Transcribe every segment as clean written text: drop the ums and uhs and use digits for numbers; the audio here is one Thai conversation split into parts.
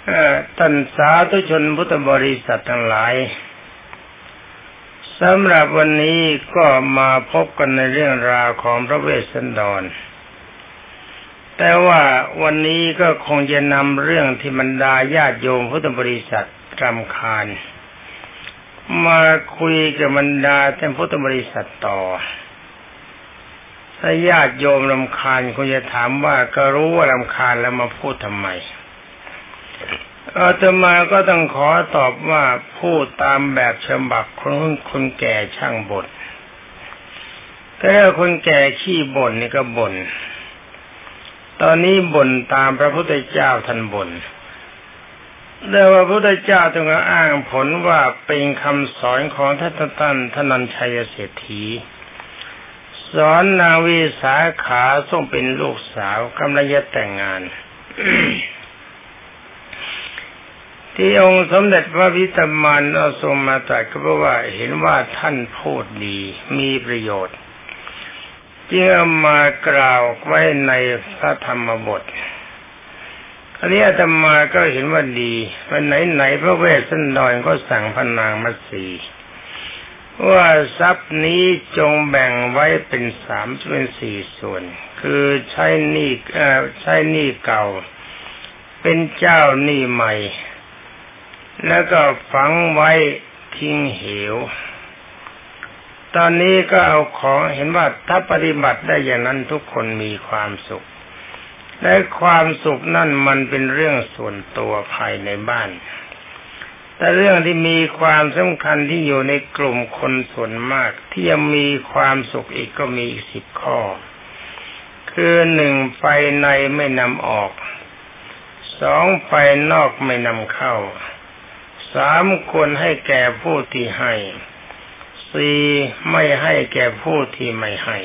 ท่านสาธุชนพุทธบริษัททั้งหลายสำหรับวันนี้ก็มาพบกันในเรื่องราวของพระเวสสันดรแต่ว่าวันนี้ก็คงจะนำเรื่องที่บรรดาญาติโยมพุทธบริษัทรำคาญมาคุยกับบรรดาท่านพุทธบริษัทต่อถ้าญาติโยมรำคาญคงจะถามว่าก็รู้ว่ารำคาญแล้วมาพูดทำไมอาตมาก็ต้องขอตอบว่าพูดตามแบบฉบับของคนแก่ช่างบ่นแต่คนแก่ขี้บ่นนี่ก็บ่นตอนนี้บ่นตามพระพุทธเจ้าท่านบ่นแต่ว่าพระพุทธเจ้าต้องอ้างผลว่าเป็นคำสอนของท่านธนัญชัยเศรษฐีสอนนางวิสาขาซึ่งเป็นลูกสาวกำลังจะแต่งงาน ที่องค์สมเด็จพระวิตามานทรงมาตรัสก็เพราะว่าเห็นว่าท่านพูดดีมีประโยชน์จึงเอามากล่าวไว้ในพระธรรมบทอันนี้อาตมาก็เห็นว่าดีวันไหนพระเวสสันดรก็สั่งพระนางมัตสีว่าทรัพย์นี้จงแบ่งไว้เป็น4 ส่วนคือใช้หนี้เก่าเป็นเจ้าหนี้ใหม่แล้วก็ฝังไว้ทิ้งเหวตอนนี้ก็เอาของเห็นว่าถ้าปฏิบัติได้อย่างนั้นทุกคนมีความสุขและความสุขนั่นมันเป็นเรื่องส่วนตัวภายในบ้านแต่เรื่องที่มีความสำคัญที่อยู่ในกลุ่มคนส่วนมากที่ยังมีความสุขอีกก็มีอีก10 ข้อคือ 1. ไฟในไม่นำออก 2. ไฟนอกไม่นำเข้า 3. ควรให้แก่ผู้ที่ให้ 4. ไม่ให้แก่ผู้ที่ไม่ให้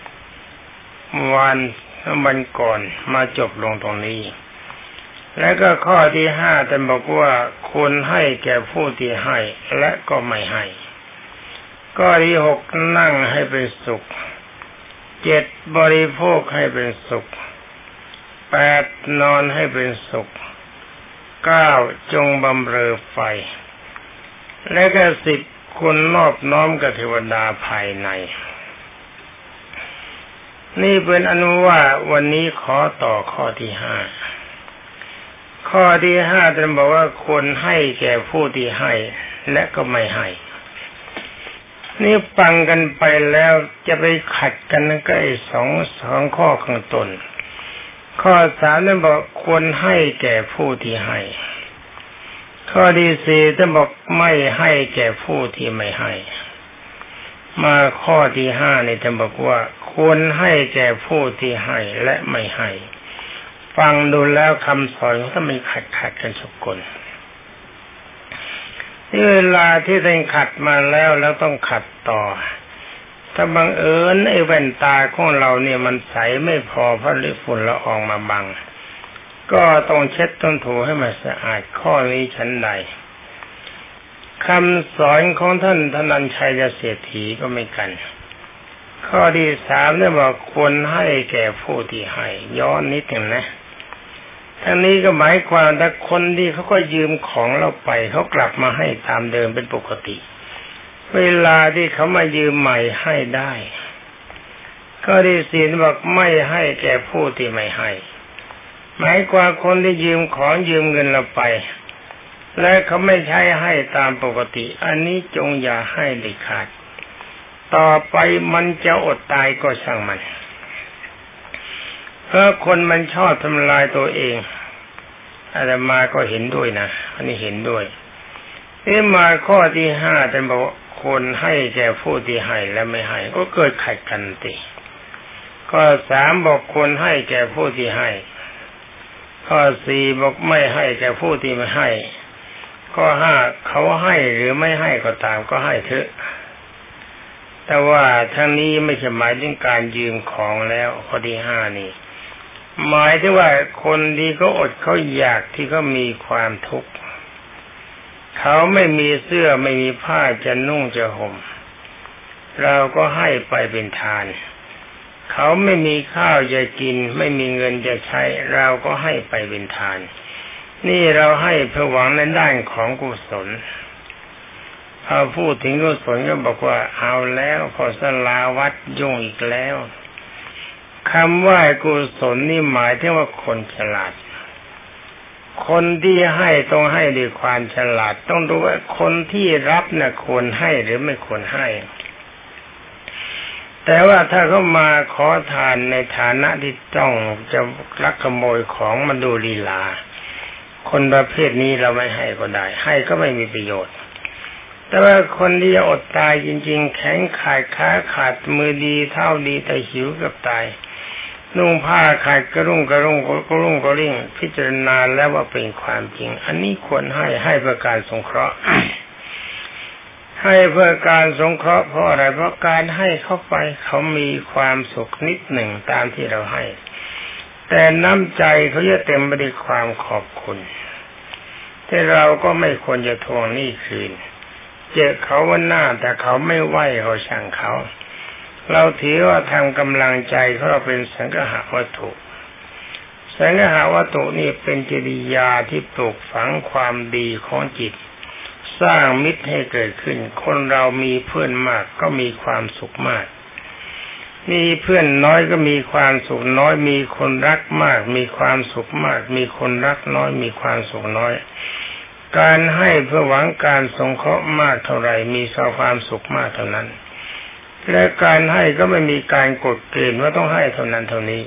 วันก่อนมาจบลงตรงนี้แล้วก็ข้อที่5ท่านบอกว่าควรให้แก่ผู้ที่ให้และก็ไม่ให้ข้อที่6นั่งให้เป็นสุข 7. บริโภคให้เป็นสุข 8. นอนให้เป็นสุข 9. จงบำเรอไฟและก็10ควรนอบน้อมกับเทวดาภายในนี่เป็นอนุว่าวันนี้ขอต่อข้อที่5ข้อที่5ท่านบอกว่าควรให้แก่ผู้ที่ให้และก็ไม่ให้นี่ฟังกันไปแล้วจะไปขัดกันก็ไอ้สองข้อข้างต้นข้อ3ท่านบอกควรให้แก่ผู้ที่ให้ข้อที่4ท่านบอกไม่ให้แก่ผู้ที่ไม่ให้มาข้อที่5นี่ท่านบอกว่าควรให้แก่ผู้ที่ให้และไม่ให้ฟังดูแล้วคำสอนถ้ามันขัดกันทุกคนที่เวลาที่ท่านขัดมาแล้วต้องขัดต่อถ้าบังเอิญไอ้แว่นตาของเราเนี่ยมันใสไม่พอเพราะฝุ่นละอองมาบังก็ต้องเช็ดต้องถูให้มันสะอาดข้อนี้ชั้นใดคำสอนของท่านธนัญชัยเศรษฐีก็ไม่กันข้อที่3เนี่ยบอกควรให้แก่ผู้ที่ให้ย้อนนิดหนึ่งนะทั้งนี้ก็หมายความถ้าคนที่เขาก็ยืมของเราไปเขากลับมาให้ตามเดิมเป็นปกติเวลาที่เขามายืมใหม่ให้ได้ข้อที่4บอกไม่ให้แก่ผู้ที่ไม่ให้หมายความคนที่ยืมของยืมเงินเราไปและเขาไม่ใช้ให้ตามปกติอันนี้จงอย่าให้เด็ดขาดต่อไปมันจะอดตายก็ช่างมันเพราะคนมันชอบทำลายตัวเองอาตมาก็เห็นด้วยนะอันนี้เห็นด้วยมาข้อที่5ท่านบอกคนให้แก่ผู้ที่ให้และไม่ให้ก็เกิดขัดกันติข้อ3บอกคนให้แก่ผู้ที่ให้ข้อ4บอกไม่ให้แก่ผู้ที่ไม่ให้ข้อ5เขาให้หรือไม่ให้ก็ตามก็ให้เถอะแต่ว่าทั้งนี้ไม่ใช่หมายถึงการยืมของแล้วข้อที่5นี่หมายถึงว่าคนที่เขาอดเขาอยากที่เขามีความทุกข์เขาไม่มีเสื้อไม่มีผ้าจะนุ่งจะห่มเราก็ให้ไปเป็นทานเขาไม่มีข้าวจะกินไม่มีเงินจะใช้เราก็ให้ไปเป็นทานนี่เราให้เพื่อหวังในด้านของกุศลพอพูดถึงกุศลก็บอกว่าเอาแล้วพอสลาวัดยุ่งอีกแล้วคำว่ากุศลนี่หมายถึงว่าคนฉลาดคนที่ให้ต้องให้ด้วยความฉลาดต้องดูว่าคนที่รับน่ะควรให้หรือไม่ควรให้แต่ว่าถ้าเขามาขอทานในฐานะที่ต้องจะลักขโมยของมาดูลีลาคนประเภทนี้เราไม่ให้ก็ได้ให้ก็ไม่มีประโยชน์แต่ว่าคนที่จะอดตายจริงๆแข็งขาดขาขาดมือดีเท่าดีแต่หิวกับตายนุ่งผ้าขาดกระรุ่งกระริ่งพิจารณาแล้วว่าเป็นความจริงอันนี้ควรให้เพื่อการสงเคราะห์ ให้เพื่อการสงเคราะห์เพราะอะไรเพราะการให้เข้าไปเขามีความสุขนิดหนึ่งตามที่เราให้แต่น้ำใจเขาจะเต็มไปด้วยความขอบคุณที่เราก็ไม่ควรจะทวงหนี้คืนเจอเขาว่าหน้าแต่เขาไม่ไหวเขาช่างเขาเราถือว่าทำกำลังใจเขาเราเป็นสังฆะวัตถุสังฆะวัตถุนี่เป็นจริยาที่ปลูกฝังความดีของจิตสร้างมิตรให้เกิดขึ้นคนเรามีเพื่อนมากก็มีความสุขมากมีเพื่อนน้อยก็มีความสุขน้อยมีคนรักมากมีความสุขมากมีคนรักน้อยมีความสุขน้อยการให้เพื่อหวังการสงเคราะห์มากเท่าไหร่มีความสุขมากเท่านั้นและการให้ก็ไม่มีการกดเกณฑ์ว่าต้องให้เท่านั้นเท่านี้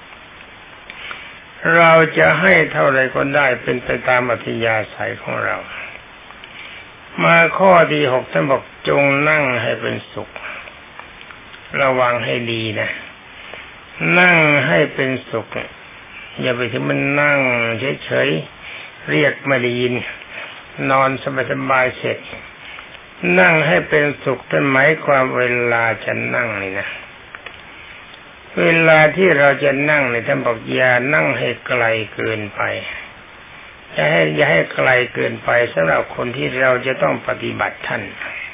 เราจะให้เท่าไรก็ได้เป็นไปตามอัธยาศัยของเรามาข้อที่6ท่านบอกจงนั่งให้เป็นสุขระวังให้ดีนะนั่งให้เป็นสุขอย่าไปถึงมันนั่งเฉยๆเรียกไม่ได้ยินนอนสบายๆเสร็จนั่งให้เป็นสุขเป็นหมายความเวลาจะนั่งนี่นะเวลาที่เราจะนั่งเนี่ยท่านบอกอย่านั่งให้ไกลเกินไปอย่าให้ไกลเกินไปสำหรับคนที่เราจะต้องปฏิบัติท่าน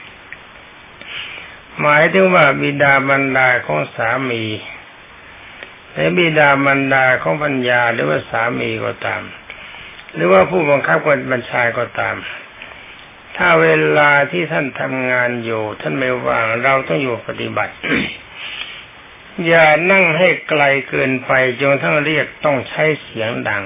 หมายถึงว่าบิดาบรรดาของสามีและบิดาบรรดาของภรรยาหรือว่าสามีก็ตามหรือว่าผู้บังคับบัญชาก็ตามถ้าเวลาที่ท่านทำงานอยู่ท่านไม่ว่างเราต้องอยู่ปฏิบัติ อย่านั่งให้ไกลเกินไปจนทั้งเรียกต้องใช้เสียงดัง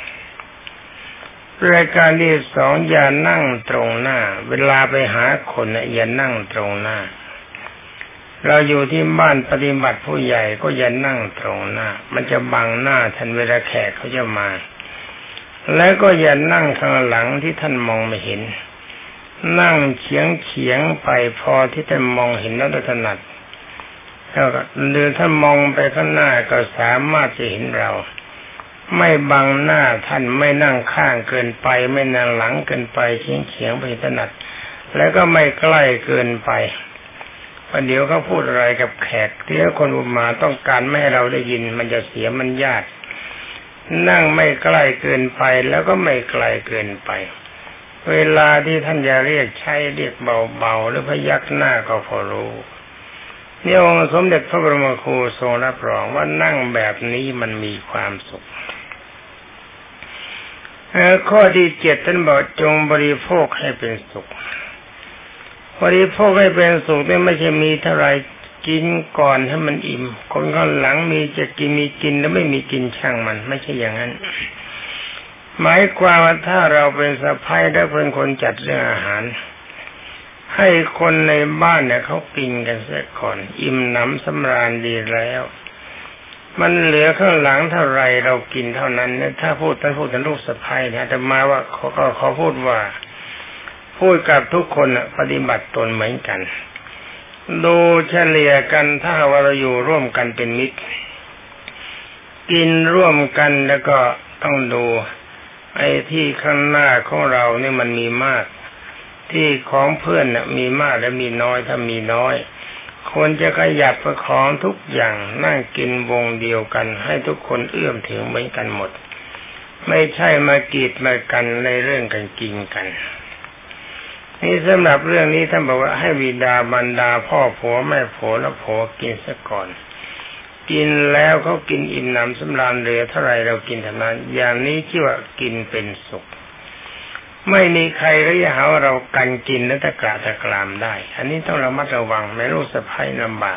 รายการที่2อย่านั่งตรงหน้าเวลาไปหาคนอย่านั่งตรงหน้าเราอยู่ที่บ้านปฏิบัติผู้ใหญ่ก็อย่านั่งตรงหน้ามันจะบังหน้าท่านเวลาแขกเขาจะมาแล้วก็อย่านั่งข้างหลังที่ท่านมองไม่เห็นนั่งเฉียงไปพอที่ท่านมองเห็นแล้วถนัดแล้วก็เดินท่านมองไปข้างหน้าก็สามารถจะเห็นเราไม่บังหน้าท่านไม่นั่งข้างเกินไปไม่นั่งหลังเกินไปเฉียงไปถนัดแล้วก็ไม่ใกล้เกินไปประเดี๋ยวเขาพูดอะไรกับแขกที่คนมาต้องการไม่ให้เราได้ยินมันจะเสียมันญาตินั่งไม่ใกล้เกินไปแล้วก็ไม่ไกลเกินไปเวลาที่ท่านจะเรียกใช้เรียกเบาๆหรือพยักหน้าก็พอรู้นี่องค์สมเด็จพระบรมครูทรงรับรองว่านั่งแบบนี้มันมีความสุขข้อที่7ท่านบอกจงบริโภคให้เป็นสุขบริโภคให้เป็นสุขนี่ไม่ใช่มีเท่าไรกินก่อนให้มันอิ่มคนข้างหลังมีจะกินมีกินแล้วไม่มีกินช่างมันไม่ใช่อย่างนั้นหมายความว่าถ้าเราเป็นสะใภ้และเป็นคนจัดเรื่องอาหารให้คนในบ้านเนี่ยเขากินกันเสียก่อนอิ่มหนำสำราญดีแล้วมันเหลือข้างหลังเท่าไรเรากินเท่านั้นถ้าพูดถึงลูกสะใภ้นะแต่มาว่าเขาพูดว่าพูดกับทุกคนปฏิบัติตนเหมือนกันดูเฉลี่ยกันถ้าว่าเราอยู่ร่วมกันเป็นมิตรกินร่วมกันแล้วก็ต้องดูไอ้ที่ข้างหน้าของเราเนี่ยมันมีมากที่ของเพื่อนมีมากและมีน้อยถ้ามีน้อยควรจะขยับประคองทุกอย่างนั่งกินวงเดียวกันให้ทุกคนเอื้อมถึงเหมือนกันหมดไม่ใช่มากีดมากันในเรื่องกันกินกันนี่สำหรับเรื่องนี้ท่านบอกว่าให้บิดาบรรดาพ่อผัวแม่ผัวและผัวกินซะก่อนกินแล้วเขากินอิ่มหนำสำราญเหลือเท่าไรเรากินเท่านั้นอย่างนี้ชื่อว่ากินเป็นสุขไม่มีใครก็จะหาว่าเรากันกินและตะกร้าตะกรามได้อันนี้ต้องระมัดระวังไม่รู้สะพ้ายลำบาก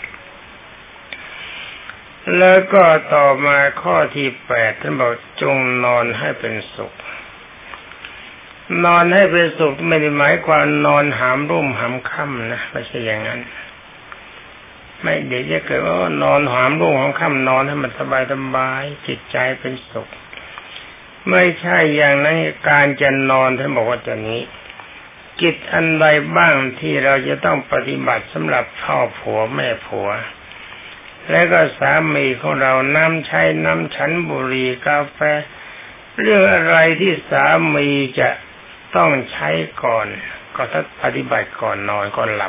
แล้วก็ต่อมาข้อที่8ท่านบอกจงนอนให้เป็นสุขนอนให้เป็นสุขไม่ได้หมายความนอนหามรุ่มหามค่ำนะไม่ใช่อย่างนั้นไม่เดี๋ยวจะเกิดว่านอนหามรุ่มหามค่ำนอนให้มันสบายๆจิตใจเป็นสุขไม่ใช่อย่างนั้นการจะนอนท่านบอกว่าจะนี้กิจอันใดบ้างที่เราจะต้องปฏิบัติสำหรับพ่อผัวแม่ผัวและก็สามีของเราน้ำใช้น้ำฉันบุหรี่กาแฟเรื่องอะไรที่สามีจะต้องใช้ก่อนก็ถ้าปฏิบัติก่อนนอนก่อนหลับ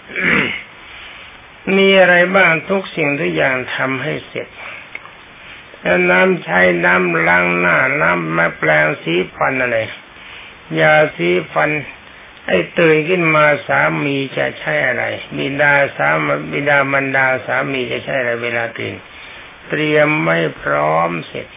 มีอะไรบ้างทุกสิ่งทุกอย่างทำให้เสร็จแล้วน้ำใช้น้ำล้างหน้าน้ำมาแปรงสีฟันอะไรยาสีฟันไอ้ตื่นขึ้นมาสามีจะใช้อะไรบิดามารดาสามีจะใช้อะไรเวลาตื่นเตรียมไม่พร้อมเสร็จ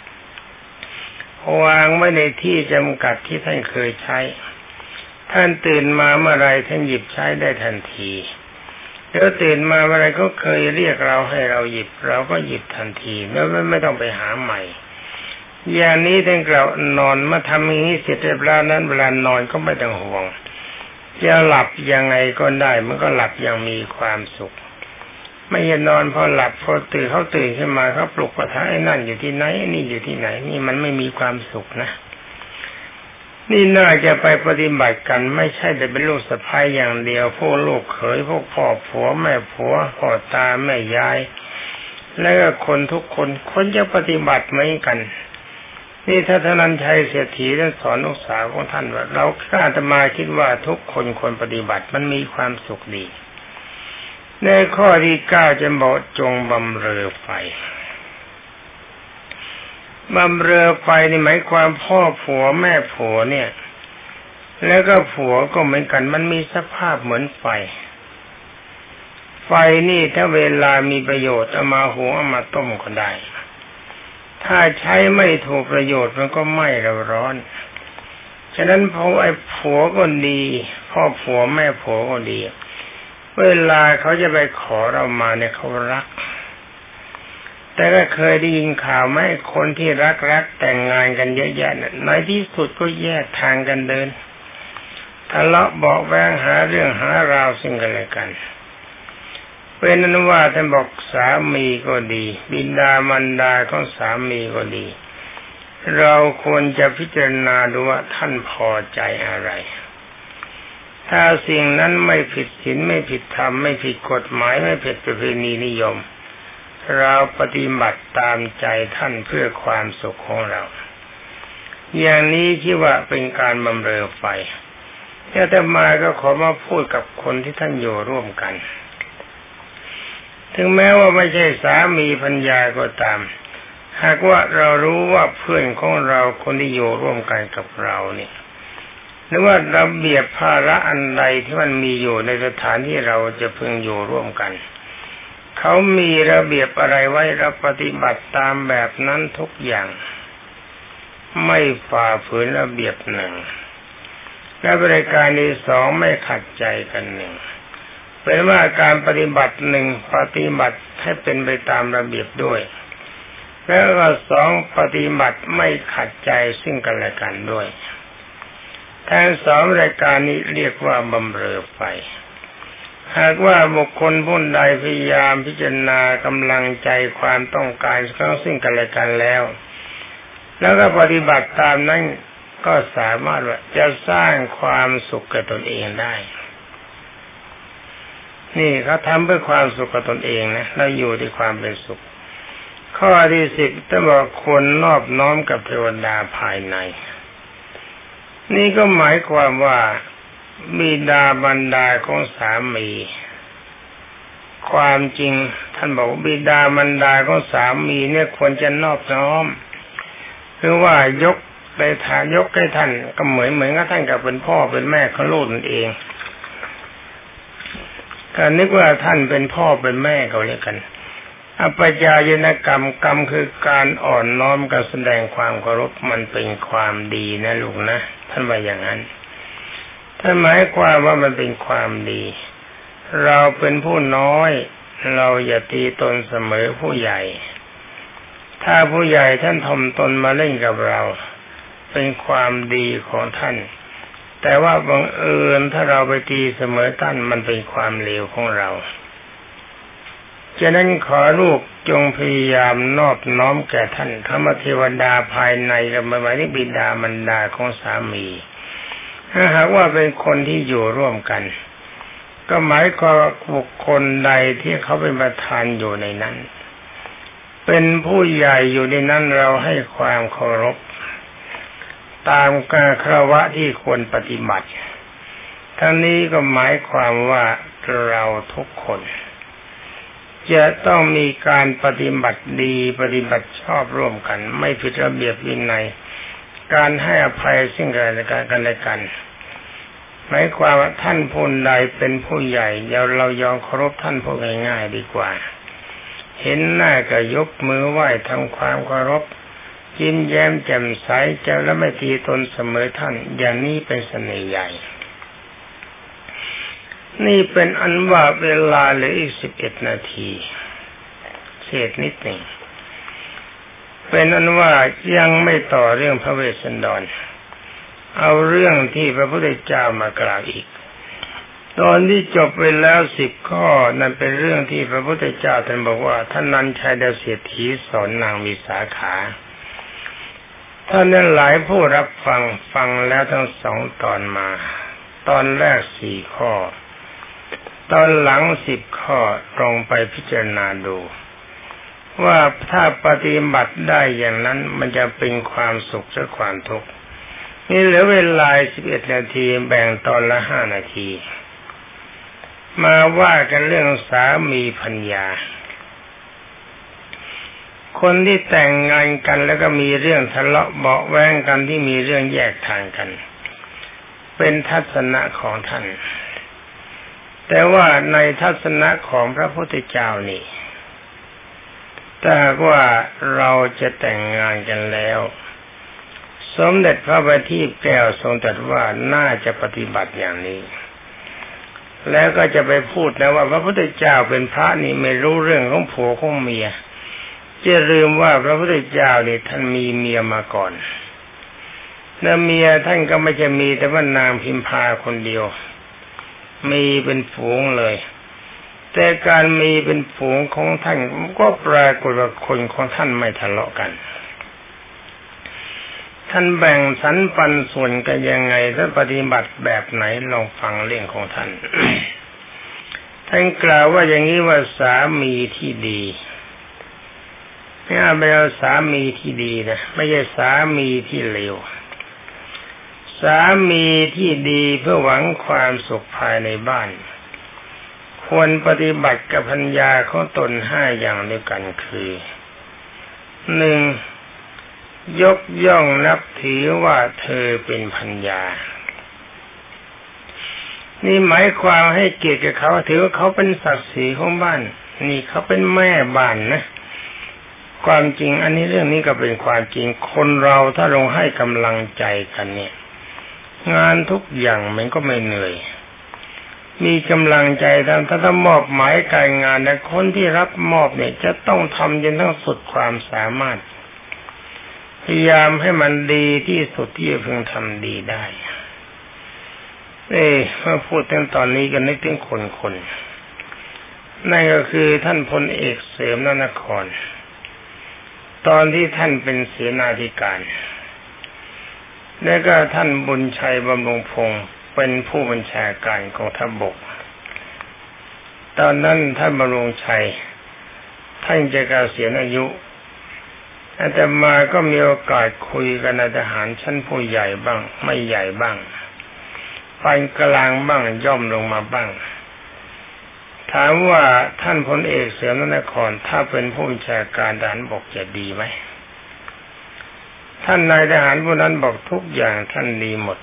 วางไว้ในที่จำกัดที่ท่านเคยใช้ท่านตื่นมาเมื่อไรท่านหยิบใช้ได้ทันทีแล้วตื่นมาเมื่อไรก็เคยเรียกเราให้เราหยิบเราก็หยิบทันทีแล้วไม่ต้องไปหาใหม่อย่างนี้ท่านกล่าวนอนมาทำอย่างนี้เสร็จเรียบร้อยนั้นเวลานอนก็ไม่ต้องห่วงจะหลับยังไงก็ได้มันก็หลับอย่างมีความสุขไม่ใช่นอนพอหลับพอตื่นเขาตื่นขึ้นมาเขาปลุกว่าไอ้นั่นอยู่ที่ไหนนี่อยู่ที่ไหนนี่มันไม่มีความสุขนะนี่น่าจะไปปฏิบัติกันไม่ใช่แต่เป็นลูกสะใภ้อย่างเดียวพวกลูกเขยพวกพ่อผัวแม่ผัวพ่อตาแม่ยายแล้วก็คนทุกคนจะปฏิบัติเหมือนกันนี่ถ้าท่านนันชัยเศรษฐีท่านสอนลูกสาวของท่านว่าเราอาตมาคิดว่าทุกคนควรปฏิบัติมันมีความสุขดีในข้อที่9จะบอกจงบำเรอไฟบำเรอไฟนี่หมายความพ่อผัวแม่ผัวเนี่ยแล้วก็ผัวก็เหมือนกันมันมีสภาพเหมือนไฟนี่ถ้าเวลามีประโยชน์เอามาหุงเอามาต้มก็ได้ถ้าใช้ไม่ถูกประโยชน์มันก็ไหม้เราร้อนฉะนั้นพอไอ้ผัวก็ดีพ่อผัวแม่ผัวก็ดีเวลาเขาจะไปขอเรามาเนี่ยเขารักแต่ก็เคยได้ยินข่าวไหมคนที่รักแต่งงานกันเยอะแยะในที่สุดก็แยกทางกันเดินทะเลาะเบาะแว้งหาเรื่องหาราวซึ่งกันและกันเป็นนั้นว่าท่านบอกสามีก็ดีบิดามารดาของสามีก็ดีเราควรจะพิจารณาดูว่าท่านพอใจอะไรถ้าสิ่งนั้นไม่ผิดศีลไม่ผิดธรรมไม่ผิดกฎหมายไม่ผิดประเพณีนิยมเราปฏิบัติตามใจท่านเพื่อความสุขของเราอย่างนี้ที่ว่าเป็นการบำเรอไฟอาตมาก็ขอมาพูดกับคนที่ท่านอยู่ร่วมกันถึงแม้ว่าไม่ใช่สามีภรรยาก็ตามหากว่าเรารู้ว่าเพื่อนของเราคนที่อยู่ร่วมกันกับเราเนี่ยหรือว่าระเบียบภาระอันใดที่มันมีอยู่ในสถานที่เราจะพึงอยู่ร่วมกันเขามีระเบียบอะไรไว้เราปฏิบัติตามแบบนั้นทุกอย่างไม่ฝ่าฝืนระเบียบหนึ่งและบริการที่2ไม่ขัดใจกันหนึ่งเป็นว่าการปฏิบัติ1ปฏิบัติให้เป็นไปตามระเบียบด้วยแล้วก็2ปฏิบัติไม่ขัดใจซึ่งกันและกันด้วยทั้ง2รายการนี้เรียกว่าบำเรอไฟหากว่าบุคคลผู้ใดพยายามพิจารณากำลังใจความต้องการของซึ่งกันและกันแล้วก็ปฏิบัติตามนั้นก็สามารถว่าจะสร้างความสุขแก่ตนเองได้นี่เขาทำเพื่อความสุขกับตนเองนะเราอยู่ที่ความเป็นสุขข้อที่10ต้องบอกควรนอบน้อมกับเทวดาภายในนี่ก็หมายความว่าบิดามารดาของสามีความจริงท่านบอกบิดามารดาของสามีเนี่ยควรจะนอบน้อมคือว่ายกไปฐานยกให้ท่านก็เหมือนกับท่านกับเป็นพ่อเป็นแม่ของลูกนั่นเองการนึกว่าท่านเป็นพ่อเป็นแม่เขาเรียกกันอัปจายนกรรมกรรมคือการอ่อนน้อมการแสดงความเคารพมันเป็นความดีนะลูกนะท่านว่าอย่างนั้นท่านหมายความว่ามันเป็นความดีเราเป็นผู้น้อยเราอย่าตีตนเสมอผู้ใหญ่ถ้าผู้ใหญ่ท่านถ่อมตนมาเล่นกับเราเป็นความดีของท่านแต่ว่าบังเอิญถ้าเราไปตีเสมอท่านมันเป็นความเลวของเราฉะนั้นขอลูกจงพยายามนอบน้อมแก่ท่านธรรมเทวดาภายในกับหมายถึงบิดามารดาของสามีถ้าหากว่าเป็นคนที่อยู่ร่วมกันก็หมายความว่าบุคคลใดที่เขาเป็นประธานอยู่ในนั้นเป็นผู้ใหญ่อยู่ในนั้นเราให้ความเคารพตามการคารวะที่ควรปฏิบัติทั้งนี้ก็หมายความว่าเราทุกคนจะต้องมีการปฏิบัติดีปฏิบัติชอบร่วมกันไม่ผิดระเบียบวินัยการให้อภัยซึ่งกันและกันหมายความว่าท่านผู้ใดเป็นผู้ใหญ่เรายอมเคารพท่านผู้ง่ายๆดีกว่าเห็นหน้าก็ยกมือไหว้ทำความเคารพยิ้มแย้มแจ่มใสจะและไม่ตีตนเสมอท่านอย่างนี้เป็นเสน่ห์ใหญ่นี่เป็นอันว่าเวลาเหลืออีก11 นาทีเศษนิดหนึ่งเป็นอันว่ายังไม่ต่อเรื่องพระเวสสันดรเอาเรื่องที่พระพุทธเจ้ามากล่าวอีกตอนที่จบไปแล้ว10 ข้อนั่นเป็นเรื่องที่พระพุทธเจ้าท่านบอกว่าท่านนันชัยเดชเศรษฐีสอนนางวิสาขาท่านนั้นหลายผู้รับฟังแล้วทั้ง2 ตอนมาตอนแรก4 ข้อตอนหลัง10 ข้อตรงไปพิจารณาดูว่าถ้าปฏิบัติได้อย่างนั้นมันจะเป็นความสุขหรือความทุกข์นี่เหลือเวลา11 นาทีแบ่งตอนละ5 นาทีมาว่ากันเรื่องสามีภรรยาคนที่แต่งงานกันแล้วก็มีเรื่องทะเลาะเบาะแว้งกันที่มีเรื่องแยกทางกันเป็นทัศนะของท่านแต่ว่าในทัศนะของพระพุทธเจ้านี่ถ้าว่าเราจะแต่งงานกันแล้วสมเด็จพระบัณฑิตแก้วทรงตรัสว่าน่าจะปฏิบัติอย่างนี้แล้วก็จะไปพูดนะว่าพระพุทธเจ้าเป็นพระนี่ไม่รู้เรื่องของผัวของเมียจะลืมว่าพระพุทธเจ้านี่ท่านมีเมียมาก่อนและเมียท่านก็ไม่จะมีแต่ว่านางพิมพาคนเดียวมีเป็นฝูงเลยแต่การมีเป็นฝูงของท่านก็ปรากฏว่าคนของท่านไม่ทะเลาะกันท่านแบ่งสรรปันส่วนกันยังไงท่านปฏิบัติแบบไหนลองฟังเรื่องของท่าน ท่านกล่าวว่าอย่างนี้ว่าสามีที่ดีไม่ใช่สามีที่ดีนะไม่ใช่สามีที่เลวสามีที่ดีเพื่อหวังความสุขภายในบ้านควรปฏิบัติกับภรรยาของตน5 อย่างด้วยกันคือ 1. ยกย่องนับถือว่าเธอเป็นภรรยานี่หมายความให้เกียรติกับเขาถือว่าเขาเป็นศักดิ์ศรีของบ้านนี่เขาเป็นแม่บ้านนะความจริงอันนี้เรื่องนี้ก็เป็นความจริงคนเราถ้าลงให้กำลังใจกันเนี่ยงานทุกอย่างมันก็ไม่เหนื่อยมีกำลังใจถ้ามอบหมายการงานและคนที่รับมอบเนี่ยจะต้องทำจนทั้งสุดความสามารถพยายามให้มันดีที่สุดที่จะพึงทำดีได้มาพูดถึงตอนนี้กันนึกถึงคนนั่นก็คือท่านพลเอกเสมนครตอนที่ท่านเป็นเสนาธิการแล้วก็ท่านบุญชัยบำรุงพงศ์เป็นผู้บัญชาการกองทัพบกตอนนั้นท่านบำรุงชัยท่านจะเกษียณอายุอาตมาก็มีโอกาสคุยกับนายทหารชั้นผู้ใหญ่บ้างไม่ใหญ่บ้างปานกลางบ้างย่อมลงมาบ้างถามว่าท่านพลเอกเสมนครถ้าเป็นผู้บัญชาการทหารบกจะดีไหมท่านนายทหารผู้นั้นบอกทุกอย่างท่านดีหมด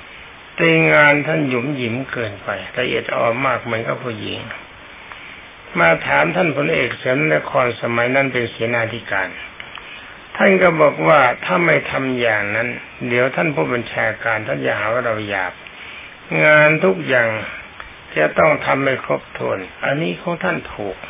แต่งานท่านหยุ่มหยิมเกินไปละเอียดอ่อนมากเหมือนกับผู้หญิงมาถามท่านพลเอกเสนนครสมัยนั้นเป็นเสนาธิการท่านก็บอกว่าถ้าไม่ทำอย่างนั้นเดี๋ยวท่านผู้บัญชาการท่านจะหาว่าเราหยาบงานทุกอย่างจะต้องทำให้ครบถ้วนอันนี้ของท่านถูก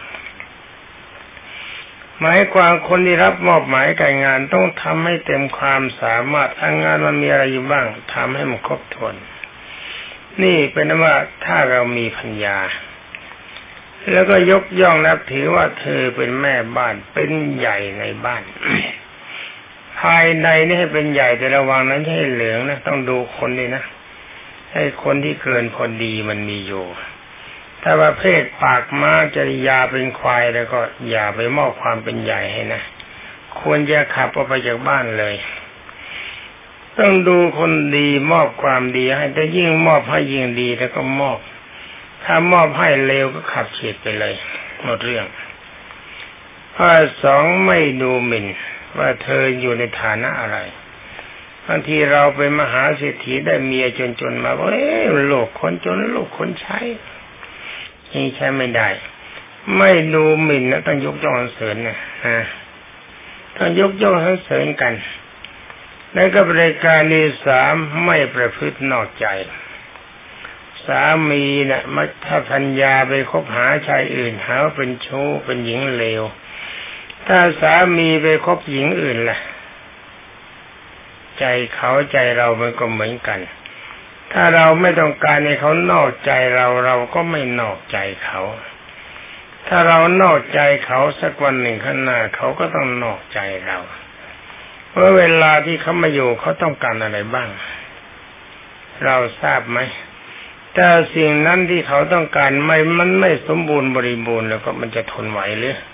หมายความคนที่รับมอบหมายการงานต้องทำให้เต็มความสามารถงานมันมีอะไรอยู่บ้างทำให้มันครบถ้วนนี่เป็นว่าถ้าเรามีปัญญาแล้วก็ยกย่องนับถือว่าเธอเป็นแม่บ้านเป็นใหญ่ในบ้าน ภายในนี่ให้เป็นใหญ่แต่ระวังนั้นให้เหลืองนะต้องดูคนด้วยนะให้คนที่เกินพอดีมันมีอยู่ถ้าประเภทปากม้าจริยาเป็นควายแล้วก็อย่าไปมอบความเป็นใหญ่ให้นะควรจะขับออกไปจากบ้านเลยต้องดูคนดีมอบความดีให้แต่ยิ่งมอบให้ยิ่งดีแล้วก็มอบถ้ามอบให้เลวก็ขับเฉียดไปเลยหมดเรื่องข้อสองไม่ดูหมิ่นว่าเธออยู่ในฐานะอะไรบางทีเราเป็นมหาเศรษฐีได้เมียจนๆมาว่าลูกคนจนลูกคนใช้นี่ใช้ไม่ได้ไม่ดูหมิ่นนะต้องยกย่องสรรเสริญนะต้องยกย่องสรรเสริญกันแล้วก็บริการที่สามไม่ประพฤตินอกใจสามีนะมักถ้าภรรยาไปคบหาชายอื่นหาว่าเป็นชู้เป็นหญิงเลวถ้าสามีไปคบหญิงอื่นล่ะใจเขาใจเรามันก็เหมือนกันถ้าเราไม่ต้องการให้เขานอกใจเราเราก็ไม่นอกใจเขาถ้าเรานอกใจเขาสักวันหนึ่งข้างหน้าเขาก็ต้องนอกใจเราเพราะเวลาที่เขามาอยู่เขาต้องการอะไรบ้างเราทราบไหมแต่สิ่งนั้นที่เขาต้องการมันไม่สมบูรณ์บริบูรณ์แล้วก็มันจะทนไหวหรือ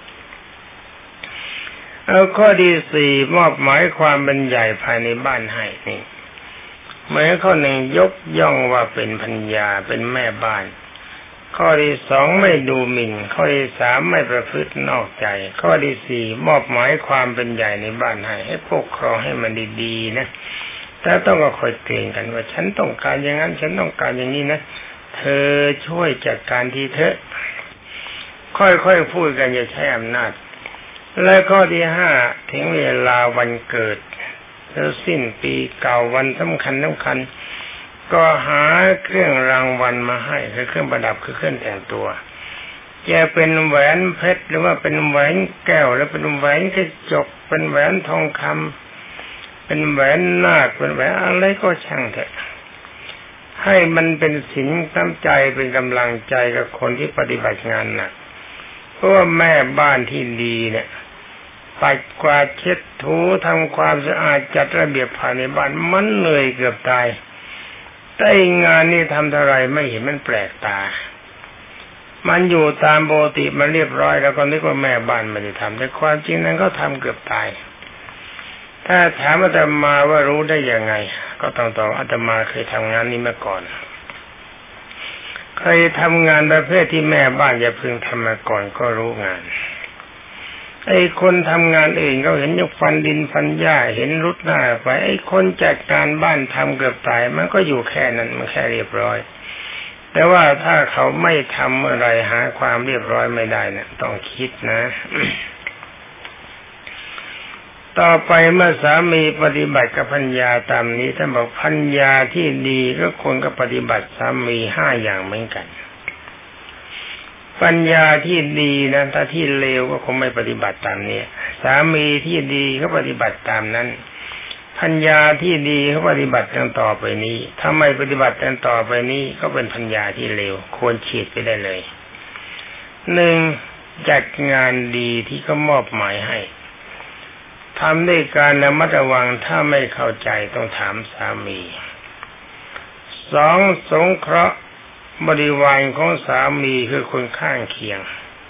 เอาข้อที่สี่มอบหมายความเป็นใหญ่ภายในบ้านให้นี่หมายข้อหนึ่งยกย่องว่าเป็นภรรยาเป็นแม่บ้านข้อที่สองไม่ดูหมิ่นข้อที่สามไม่ประพฤตินอกใจข้อที่สี่มอบหมายความเป็นใหญ่ในบ้านให้ปกครองให้มันดีๆนะแต่ต้องก็คอยเตือนกันว่าฉันต้องการอย่างนั้นฉันต้องการอย่างนี้นะเธอช่วยจัดการทีเถอะค่อยๆพูดกันอย่าใช้อำนาจและข้อที่ห้าถึงเวลาวันเกิดแล้วสิ้นปีเก่าวันสำคัญก็หาเครื่องรางวัลมาให้คือเครื่องประดับคือเครื่องแต่งตัวจะเป็นแหวนเพชรหรือว่าเป็นแหวนแก้วหรือเป็นแหวนกระจกเป็นแหวนทองคำเป็นแหวนนาคเป็นแหวนอะไรก็ช่างเถอะให้มันเป็นสินน้ำใจเป็นกำลังใจกับคนที่ปฏิบัติงานหนักเพราะว่าแม่บ้านที่ดีเนี่ยปัดกวาดเช็ดถูทำความสะอาดจัดระเบียบภายในบ้านมันเหนื่อยเกือบตายแต่งานนี้ทำเท่าไรไม่เห็นมันแปลกตามันอยู่ตามปกติมันเรียบร้อยแล้วก็นึกว่าแม่บ้านไม่ได้ทำแต่ความจริงนั้นก็ทำเกือบตายถ้าถามอาตมาว่ารู้ได้ยังไงก็ต้องตอบอาตมาเคยทำงานนี้มาก่อนเคยทำงานประเภทที่แม่บ้านอย่าพึงทำมาก่อนก็รู้งานไอ้คนทำงานอื่นเขาเห็นยกฟันดินฟันหญ้าเห็นรุดหน้าไปไอ้คนจัดการบ้านทำเกือบตายมันก็อยู่แค่นั้นมันแค่เรียบร้อยแต่ว่าถ้าเขาไม่ทำอะไรหาความเรียบร้อยไม่ได้นะต้องคิดนะ ต่อไปเมื่อสามีปฏิบัติกับภรรยาตามนี้ท่านบอกภรรยาที่ดีก็ควรก็ปฏิบัติสามีห้าอย่างเหมือนกันปัญญาที่ดีนะถ้าที่เลวก็คงไม่ปฏิบัติตามนี้สามีที่ดีเขาปฏิบัติตามนั้นปัญญาที่ดีเขาปฏิบัติกันต่อไปนี้ถ้าไม่ปฏิบัติกันต่อไปนี้ก็เป็นปัญญาที่เลวควรฉีดไปได้เลยหนึ่งจัดงานดีที่เขามอบหมายให้ทำด้วยการระมัดระวังถ้าไม่เข้าใจต้องถามสามีสองสงเคราะห์บริวารของสามีคือคนข้างเคียง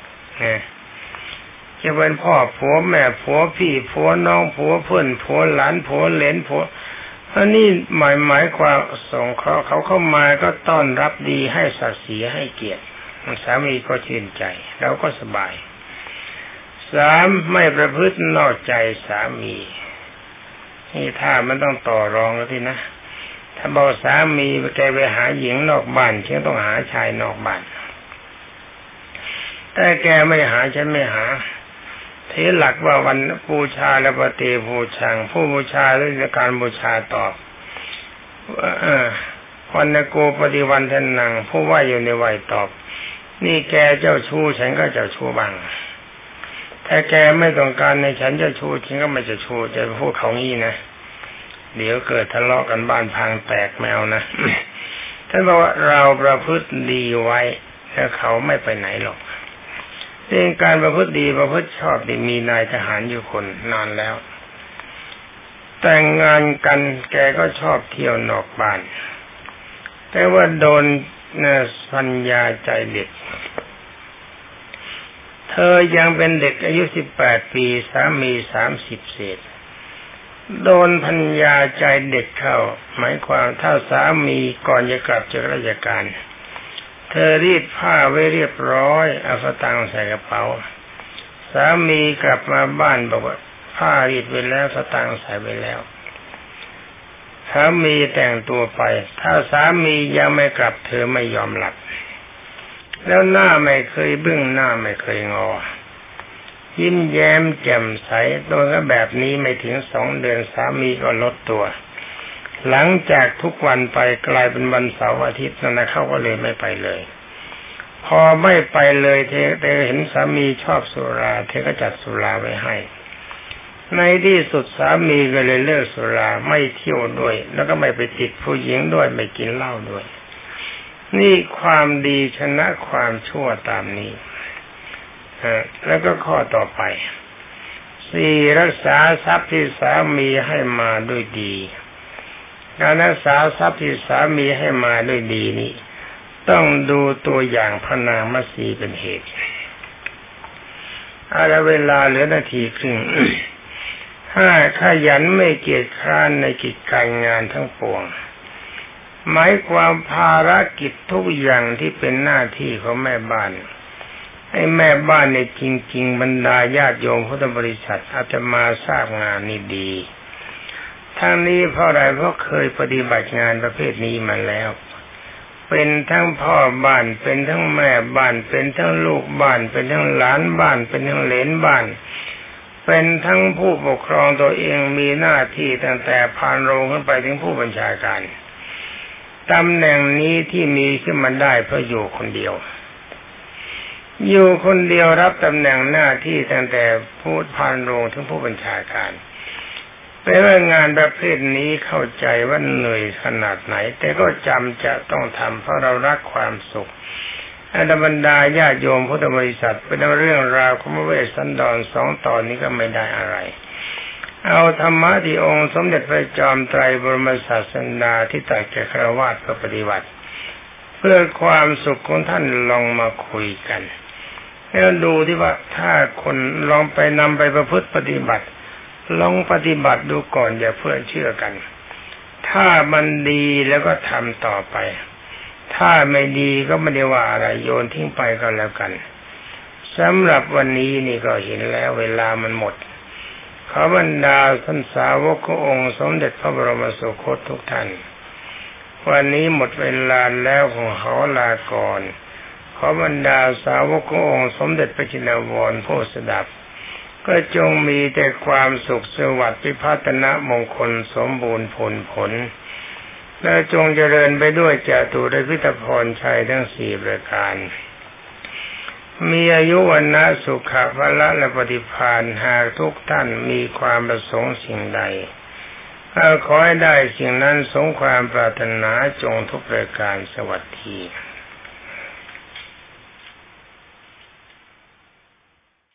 จะเป็นพ่อผัวแม่ผัวพี่ผัวน้องผัวเพื่อนผัวหลานผัวเหลนผัวอันนี้หมายความสงเคราะห์เขาเข้ามาก็ต้อนรับดีให้ศักดิ์ศรีให้เกียรติสามีก็ชื่นใจเราก็สบายสามไม่ประพฤตินอกใจสามีนี่ถ้ามันต้องต่อรองแล้วทีนะถ้าบอกสามีแกไปหาหญิงนอกบ้านฉันต้องหาชายนอกบ้านแต่แกไม่หาฉันไม่หาเทหลักว่าวันบูชาและปฏิบูชังผู้บูชาเรื่องการบูชาตอบวันโกปฏิวันทนังผู้ว่าอยู่ในวัยตอบนี่แกเจ้าชู้ฉันก็เจ้าชู้บ้างถ้าแกไม่ต้องการในฉันเจ้าชู้ฉันก็ไม่เจ้าชู้จะพูดเขางี้นะเดี๋ยวเกิดทะเลาะกันบ้านพังแตกแมวนะ ท่านบอกว่าเราประพฤติดีไว้แล้วเขาไม่ไปไหนหรอกเรื่องการประพฤติดีประพฤติชอบดีมีนายทหารอยู่คนนานแล้วแต่งงานกันแกก็ชอบเที่ยวนอกบ้านแต่ว่าโดนสัญญาใจเด็กเธอยังเป็นเด็กอายุ18 ปีสามี30 เศษโดนพัญญาใจเด็กเข้าหมายความถ้าสามีก่อนจะกลับจากราชการเธอรีดผ้าไว้เรียบร้อยเอาสตางค์ใส่กระเป๋าสามีกลับมาบ้านบอกว่าผ้ารีดไว้แล้วสตางค์ใส่ไว้แล้วสามีแต่งตัวไปถ้าสามียังไม่กลับเธอไม่ยอมหลับแล้วหน้าไม่เคยบึ้งหน้าไม่เคยงอยิ้มแย้มแจ่มใสตัวก็แบบนี้ไม่ถึง2 เดือนสามีก็ลดตัวหลังจากทุกวันไปกลายเป็นวันเสาร์อาทิตย์นั่นนะเขาก็เลยไม่ไปเลยพอไม่ไปเลยเธอเห็นสามีชอบสุราเธอก็จัดสุราไว้ให้ในที่สุดสามีก็เลยเลิกสุราไม่เที่ยวด้วยแล้วก็ไม่ไปติดผู้หญิงด้วยไม่กินเหล้าด้วยนี่ความดีชนะความชั่วตามนี้แล้วก็ข้อต่อไป4รักษาทรัพย์ที่สามีให้มาด้วยดีการรักษาทรัพย์ที่สามีให้มาด้วยดีนี้ต้องดูตัวอย่างพระนางมัสีเป็นเหตุเอาละเวลาเหลือนาทีครึ่ง 5ขยันไม่เกียจคร้านในกิจการงานทั้งปวงหมายความภารกิจทุกอย่างที่เป็นหน้าที่ของแม่บ้านให้แม่บ้านในจริงๆบรรดาญาติโยมพุทธบริษัทอาจจะมาทราบงานนี้ดีทั้งนี้เพราะอะไรเพราะเคยปฏิบัติงานประเภทนี้มาแล้วเป็นทั้งพ่อบ้านเป็นทั้งแม่บ้านเป็นทั้งลูกบ้านเป็นทั้งหลานบ้านเป็นทั้งเหลนบ้านเป็นทั้งผู้ปกครองตัวเองมีหน้าที่ตั้งแต่พานโรงขึ้นไปถึงผู้บัญชาการตำแหน่งนี้ที่มีขึ้นมาได้เพราะอยู่คนเดียวรับตำแหน่งหน้าที่ตั้งแต่ผู้พานโรงถึงผู้บัญชาการแต่ว่างานประเภทนี้เข้าใจว่าเหนื่อยขนาดไหนแต่ก็จำจะต้องทำเพราะเรารักความสุขบรรดาญาติโยมพุทธบริษัทเป็นเรื่องราวของพระเวสสันดร2 ตอนนี้ก็ไม่ได้อะไรเอาธรรมะที่องค์สมเด็จพระจอมไตรบรมศาสดาที่ตรัสแก่ฆราวาสปฏิบัติเพื่อความสุขของท่านลองมาคุยกันแล้วดูที่ว่าถ้าคนลองไปนำไปประพฤติปฏิบัติลองปฏิบัติดูก่อนอย่าเพื่อเชื่อกันถ้ามันดีแล้วก็ทำต่อไปถ้าไม่ดีก็ไม่ได้ว่าอะไรโยนทิ้งไปก็แล้วกันสำหรับวันนี้นี่ก็เห็นแล้วเวลามันหมดขอบรรดาท่านสาวกขององค์สมเด็จพระบรมสุคตทุกท่านวันนี้หมดเวลาแล้วของเขาลาก่อนขอบรรดาสาวกขององค์สมเด็จพระจินวรผู้สดับก็จงมีแต่ความสุขสวัสดิ์พิพัฒนะมงคลสมบูรณ์ผลและจงเจริญไปด้วยจตุรพิธพรชัยทั้ง4ประการมีอายุวันนะสุขะพละและปฏิภาณหากทุกท่านมีความประสงค์สิ่งใดขอให้ได้สิ่งนั้นสมความปรารถนาจงทุกประการสวัสดี